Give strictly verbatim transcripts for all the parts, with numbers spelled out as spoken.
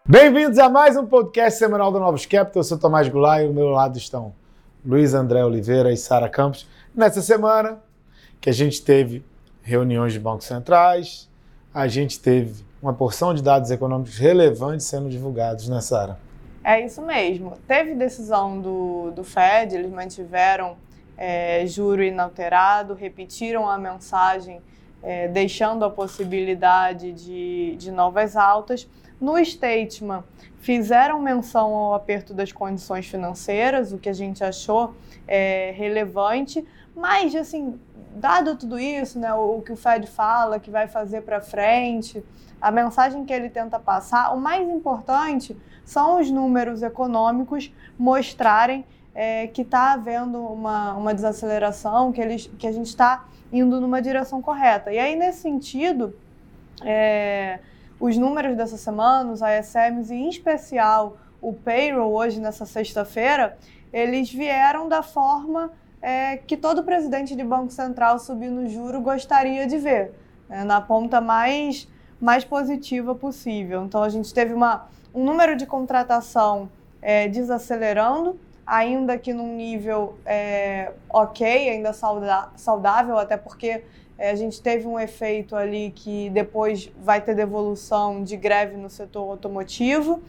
Bem-vindos a mais um podcast semanal do Novos Capital. Eu sou Tomás Goulart e ao meu lado estão Luiz André Oliveira e Sara Campos. Nessa semana que a gente teve reuniões de bancos centrais, a gente teve uma porção de dados econômicos relevantes sendo divulgados, né, Sara? É isso mesmo. Teve decisão do, do Fed, eles mantiveram é, juro inalterado, repetiram a mensagem, é, deixando a possibilidade de, de novas altas. No statement, fizeram menção ao aperto das condições financeiras, o que a gente achou é, relevante, mas, assim, dado tudo isso, né, o, o que o Fed fala que vai fazer para frente, a mensagem que ele tenta passar, o mais importante são os números econômicos mostrarem é, que está havendo uma, uma desaceleração, que, eles, que a gente está indo numa direção correta. E aí, nesse sentido, é, os números dessa semana, os I S Ms, e em especial o payroll hoje, nessa sexta-feira, eles vieram da forma é, que todo presidente de Banco Central subindo o juro gostaria de ver, né, na ponta mais, mais positiva possível. Então, a gente teve uma, um número de contratação é, desacelerando, ainda que num nível é, ok, ainda saudável, até porque a gente teve um efeito ali que depois vai ter devolução de greve no setor automotivo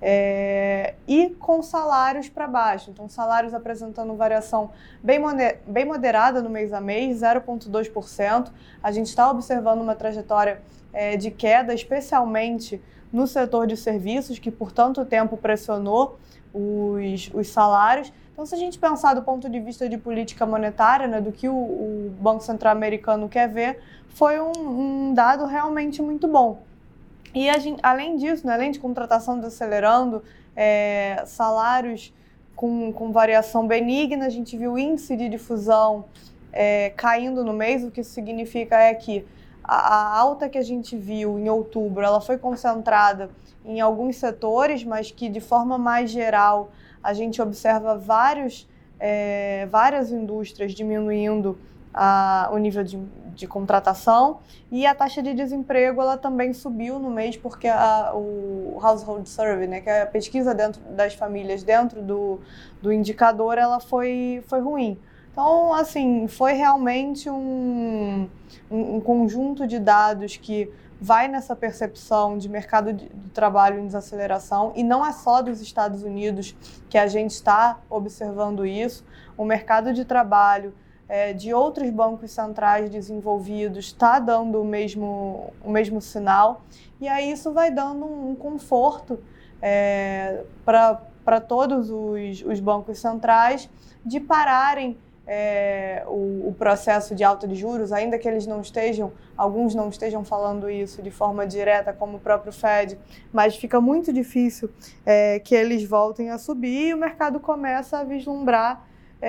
é, e com salários para baixo. Então, salários apresentando variação bem, bem moderada no mês a mês, zero vírgula dois por cento. A gente está observando uma trajetória é, de queda, especialmente no setor de serviços, que por tanto tempo pressionou os, os salários. Então, se a gente pensar do ponto de vista de política monetária, né, do que o, o Banco Central americano quer ver, foi um, um dado realmente muito bom. E, a gente, além disso, né, além de contratação desacelerando, é, salários com, com variação benigna, a gente viu o índice de difusão é, caindo no mês, o que isso significa é que a, a alta que a gente viu em outubro, ela foi concentrada em alguns setores, mas que de forma mais geral a gente observa vários, é, várias indústrias diminuindo a, o nível de, de contratação, e a taxa de desemprego ela também subiu no mês porque a, o Household Survey, né, que é a pesquisa dentro das famílias dentro do, do indicador, ela foi, foi ruim. Então, assim, foi realmente um, um, um conjunto de dados que vai nessa percepção de mercado de, de trabalho em desaceleração, e não é só dos Estados Unidos que a gente está observando isso. O mercado de trabalho é, de outros bancos centrais desenvolvidos está dando o mesmo, o mesmo sinal, e aí isso vai dando um, um conforto é, para todos os, os bancos centrais de pararem É, o, o processo de alta de juros, ainda que eles não estejam, alguns não estejam falando isso de forma direta, como o próprio Fed, mas fica muito difícil é, que eles voltem a subir, e o mercado começa a vislumbrar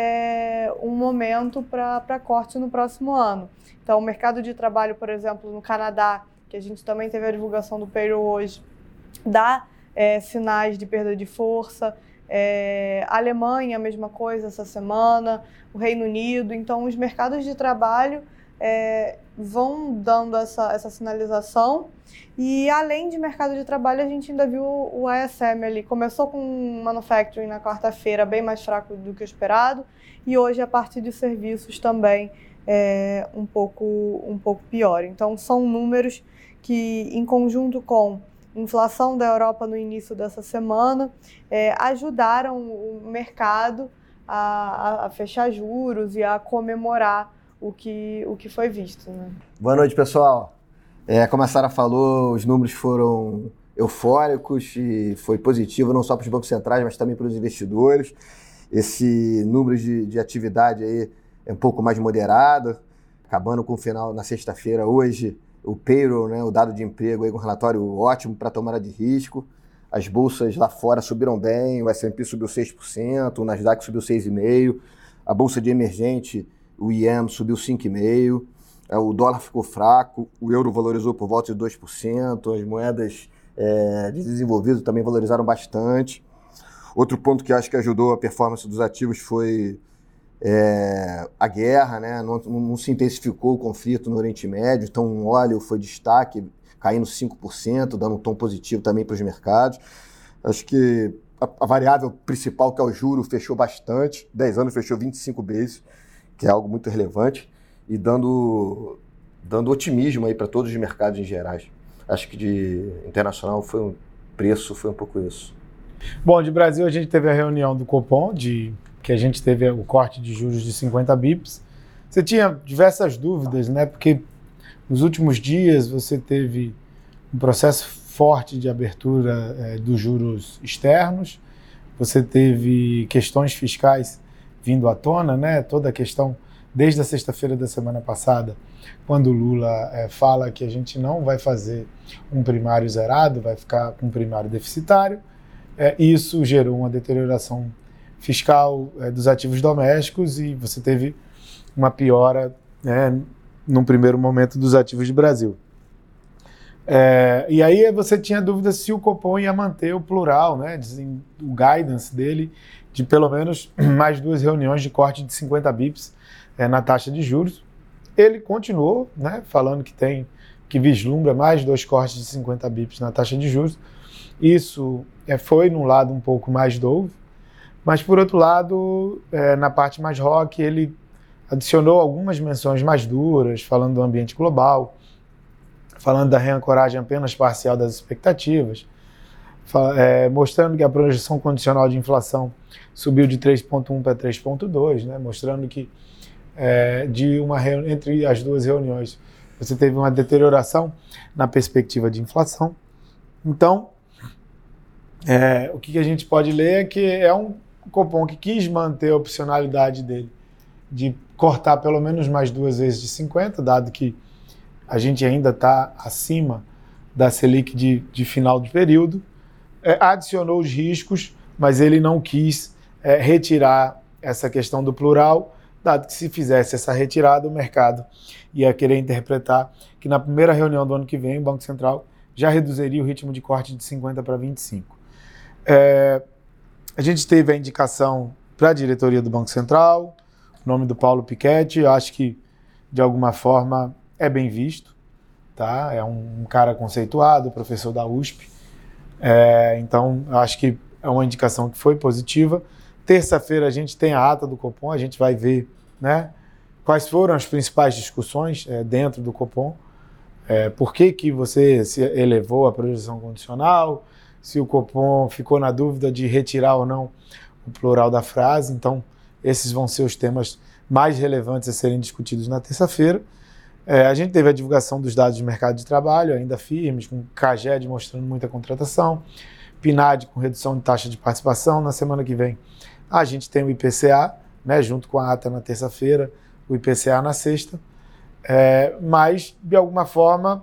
é, um momento para corte no próximo ano. Então, o mercado de trabalho, por exemplo, no Canadá, que a gente também teve a divulgação do payroll hoje, dá é, sinais de perda de força. É, a Alemanha, a mesma coisa essa semana, o Reino Unido. Então, os mercados de trabalho é, vão dando essa, essa sinalização. E, além de mercado de trabalho, a gente ainda viu o I S M ali. Começou com um manufacturing na quarta-feira bem mais fraco do que o esperado, e hoje a parte de serviços também é um pouco, um pouco pior. Então, são números que, em conjunto com inflação da Europa no início dessa semana, é, ajudaram o mercado a, a fechar juros e a comemorar o que, o que foi visto, né? Boa noite, pessoal. É, como a Sara falou, os números foram eufóricos e foi positivo não só para os bancos centrais, mas também para os investidores. Esse número de, de atividade aí é um pouco mais moderado, acabando com o final na sexta-feira hoje. O payroll, né, o dado de emprego, aí, com um relatório ótimo para tomada de risco. As bolsas lá fora subiram bem, o S and P subiu seis por cento, o Nasdaq subiu seis vírgula cinco por cento, a bolsa de emergente, o I E M, subiu cinco vírgula cinco por cento, o dólar ficou fraco, o euro valorizou por volta de dois por cento, as moedas é, de desenvolvido também valorizaram bastante. Outro ponto que acho que ajudou a performance dos ativos foi É, a guerra, né? não, não se intensificou o conflito no Oriente Médio, então o óleo foi destaque, caindo cinco por cento, dando um tom positivo também para os mercados. Acho que a, a variável principal, que é o juro, fechou bastante, dez anos fechou vinte e cinco vezes, que é algo muito relevante, e dando, dando otimismo aí para todos os mercados em geral. Acho que de internacional foi um preço, foi um pouco isso. Bom, de Brasil a gente teve a reunião do Copom, de, que a gente teve o corte de juros de cinquenta bips. Você tinha diversas dúvidas, né? Porque nos últimos dias você teve um processo forte de abertura é, dos juros externos, você teve questões fiscais vindo à tona, né? Toda a questão desde a sexta-feira da semana passada, quando o Lula é, fala que a gente não vai fazer um primário zerado, vai ficar com um primário deficitário. É, isso gerou uma deterioração fiscal é, dos ativos domésticos e você teve uma piora, né, num primeiro momento, dos ativos do Brasil. É, e aí você tinha dúvida se o Copom ia manter o plural, né, o guidance dele, de pelo menos mais duas reuniões de corte de cinquenta bips é, na taxa de juros. Ele continuou, né, falando que tem, que vislumbra mais dois cortes de cinquenta bips na taxa de juros. Isso é, foi num lado um pouco mais Dove, mas por outro lado, é, na parte mais rock, ele adicionou algumas menções mais duras, falando do ambiente global, falando da reancoragem apenas parcial das expectativas, é, mostrando que a projeção condicional de inflação subiu de três vírgula um para três vírgula dois, né, mostrando que é, de uma reuni- entre as duas reuniões você teve uma deterioração na perspectiva de inflação. Então, É, o que a gente pode ler é que é um Copom que quis manter a opcionalidade dele de cortar pelo menos mais duas vezes de cinquenta, dado que a gente ainda está acima da Selic de, de final de período. É, adicionou os riscos, mas ele não quis é, retirar essa questão do plural, dado que se fizesse essa retirada, o mercado ia querer interpretar que na primeira reunião do ano que vem o Banco Central já reduziria o ritmo de corte de cinquenta para vinte e cinco. É, a gente teve a indicação para a diretoria do Banco Central, o nome do Paulo Piketty. Eu acho que, de alguma forma, é bem visto, tá? É um, um cara conceituado, professor da U S P, é, então eu acho que é uma indicação que foi positiva. Terça-feira a gente tem a ata do Copom, a gente vai ver, né, quais foram as principais discussões é, dentro do Copom, é, por que que você se elevou a projeção condicional, se o Copom ficou na dúvida de retirar ou não o plural da frase. Então, esses vão ser os temas mais relevantes a serem discutidos na terça-feira. É, a gente teve a divulgação dos dados de mercado de trabalho, ainda firmes, com CAGED mostrando muita contratação, PNAD com redução de taxa de participação. Na semana que vem, a gente tem o I P C A, né, junto com a ata na terça-feira, o I P C A na sexta. É, mas, de alguma forma,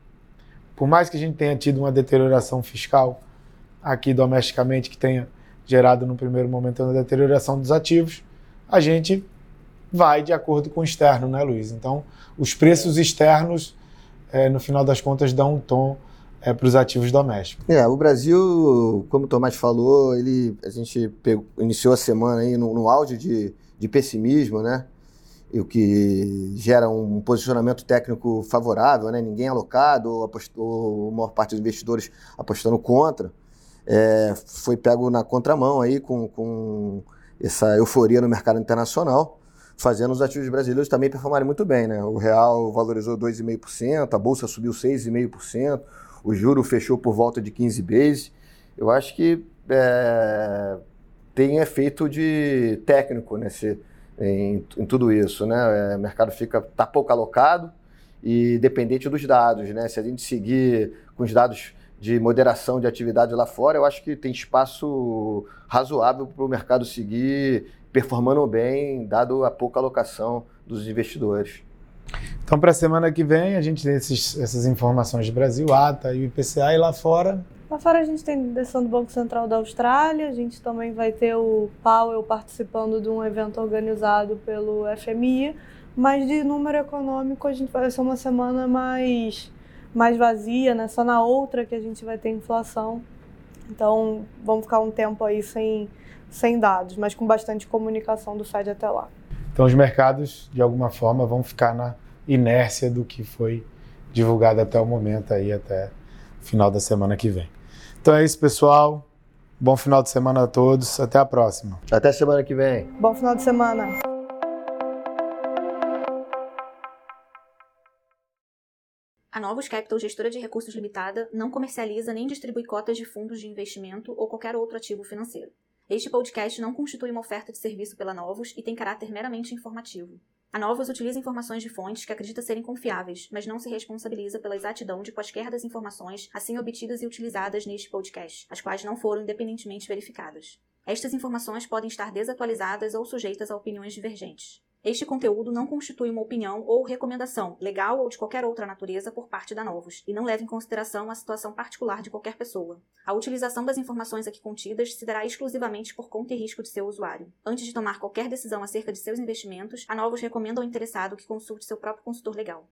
por mais que a gente tenha tido uma deterioração fiscal aqui domesticamente, que tenha gerado no primeiro momento uma deterioração dos ativos, a gente vai de acordo com o externo, né, Luiz? Então, os preços externos, é, no final das contas, dão um tom é, para os ativos domésticos. É, o Brasil, como o Tomás falou, ele, a gente pegou, iniciou a semana aí no, no auge de, de pessimismo, né? E o que gera um posicionamento técnico favorável, né? Ninguém alocado, apostou, a maior parte dos investidores apostando contra. É, foi pego na contramão aí com, com essa euforia no mercado internacional, fazendo os ativos brasileiros também performarem muito bem, né? O real valorizou dois vírgula cinco por cento, a bolsa subiu seis vírgula cinco por cento, o juro fechou por volta de quinze bases. Eu acho que é, tem efeito de técnico nesse, em, em tudo isso, né? O mercado fica tá pouco alocado e dependente dos dados, né? Se a gente seguir com os dados de moderação de atividade lá fora, eu acho que tem espaço razoável para o mercado seguir performando bem, dado a pouca alocação dos investidores. Então, para a semana que vem, a gente tem esses, essas informações de Brasil, ata e o I P C A, e lá fora... Lá fora a gente tem decisão do Banco Central da Austrália, a gente também vai ter o Powell participando de um evento organizado pelo F M I, mas de número econômico a gente vai ser uma semana mais... mais vazia, né? Só na outra que a gente vai ter inflação. Então, vamos ficar um tempo aí sem, sem dados, mas com bastante comunicação do Fed até lá. Então, os mercados, de alguma forma, vão ficar na inércia do que foi divulgado até o momento aí, até o final da semana que vem. Então é isso, pessoal. Bom final de semana a todos. Até a próxima. Até semana que vem. Bom final de semana. A Novos Capital, gestora de recursos limitada, não comercializa nem distribui cotas de fundos de investimento ou qualquer outro ativo financeiro. Este podcast não constitui uma oferta de serviço pela Novos e tem caráter meramente informativo. A Novos utiliza informações de fontes que acredita serem confiáveis, mas não se responsabiliza pela exatidão de quaisquer das informações assim obtidas e utilizadas neste podcast, as quais não foram independentemente verificadas. Estas informações podem estar desatualizadas ou sujeitas a opiniões divergentes. Este conteúdo não constitui uma opinião ou recomendação, legal ou de qualquer outra natureza, por parte da Novos, e não leva em consideração a situação particular de qualquer pessoa. A utilização das informações aqui contidas se dará exclusivamente por conta e risco de seu usuário. Antes de tomar qualquer decisão acerca de seus investimentos, a Novos recomenda ao interessado que consulte seu próprio consultor legal.